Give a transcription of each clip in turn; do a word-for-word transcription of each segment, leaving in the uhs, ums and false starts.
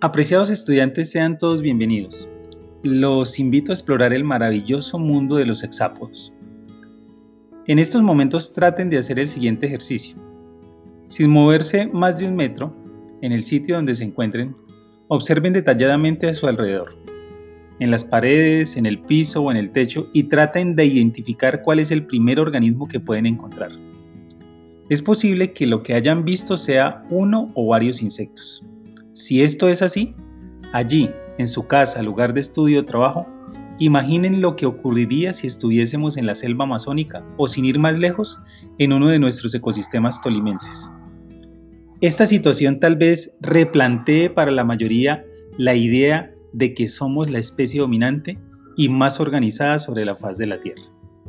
Apreciados estudiantes, sean todos bienvenidos. Los invito a explorar el maravilloso mundo de los hexápodos. En estos momentos traten de hacer el siguiente ejercicio. Sin moverse más de un metro, en el sitio donde se encuentren, observen detalladamente a su alrededor, en las paredes, en el piso o en el techo, y traten de identificar cuál es el primer organismo que pueden encontrar. Es posible que lo que hayan visto sea uno o varios insectos. Si esto es así, allí, en su casa, lugar de estudio o trabajo, imaginen lo que ocurriría si estuviésemos en la selva amazónica o, sin ir más lejos, en uno de nuestros ecosistemas tolimenses. Esta situación tal vez replantee para la mayoría la idea de que somos la especie dominante y más organizada sobre la faz de la Tierra.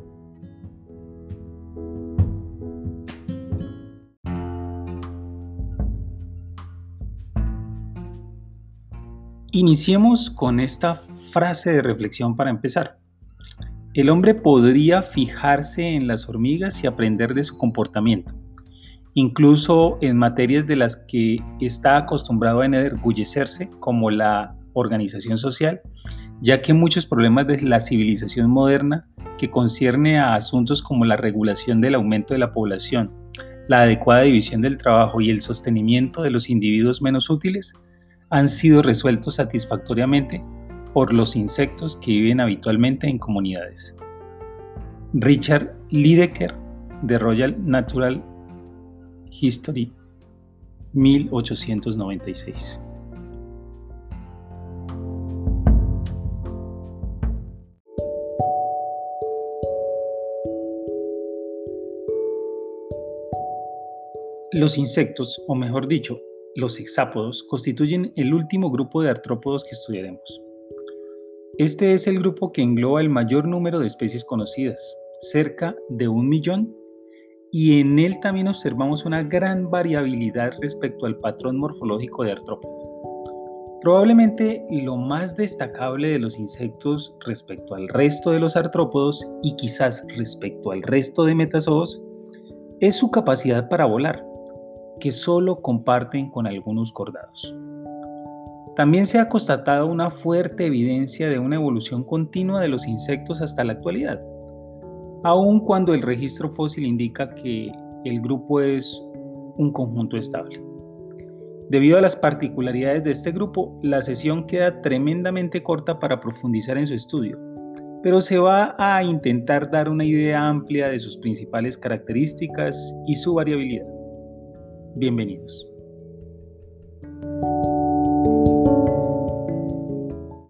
Iniciemos con esta frase de reflexión para empezar. El hombre podría fijarse en las hormigas y aprender de su comportamiento, incluso en materias de las que está acostumbrado a enorgullecerse, como la organización social, ya que muchos problemas de la civilización moderna, que concierne a asuntos como la regulación del aumento de la población, la adecuada división del trabajo y el sostenimiento de los individuos menos útiles, han sido resueltos satisfactoriamente por los insectos que viven habitualmente en comunidades. Richard Lydekker, de Royal Natural History, mil ochocientos noventa y seis. Los insectos, o mejor dicho, los hexápodos, constituyen el último grupo de artrópodos que estudiaremos. Este es el grupo que engloba el mayor número de especies conocidas, cerca de un millón, y en él también observamos una gran variabilidad respecto al patrón morfológico de artrópodo. Probablemente lo más destacable de los insectos respecto al resto de los artrópodos y quizás respecto al resto de metazoos es su capacidad para volar, que solo comparten con algunos cordados. También se ha constatado una fuerte evidencia de una evolución continua de los insectos hasta la actualidad, aun cuando el registro fósil indica que el grupo es un conjunto estable. Debido a las particularidades de este grupo, la sesión queda tremendamente corta para profundizar en su estudio, pero se va a intentar dar una idea amplia de sus principales características y su variabilidad. Bienvenidos.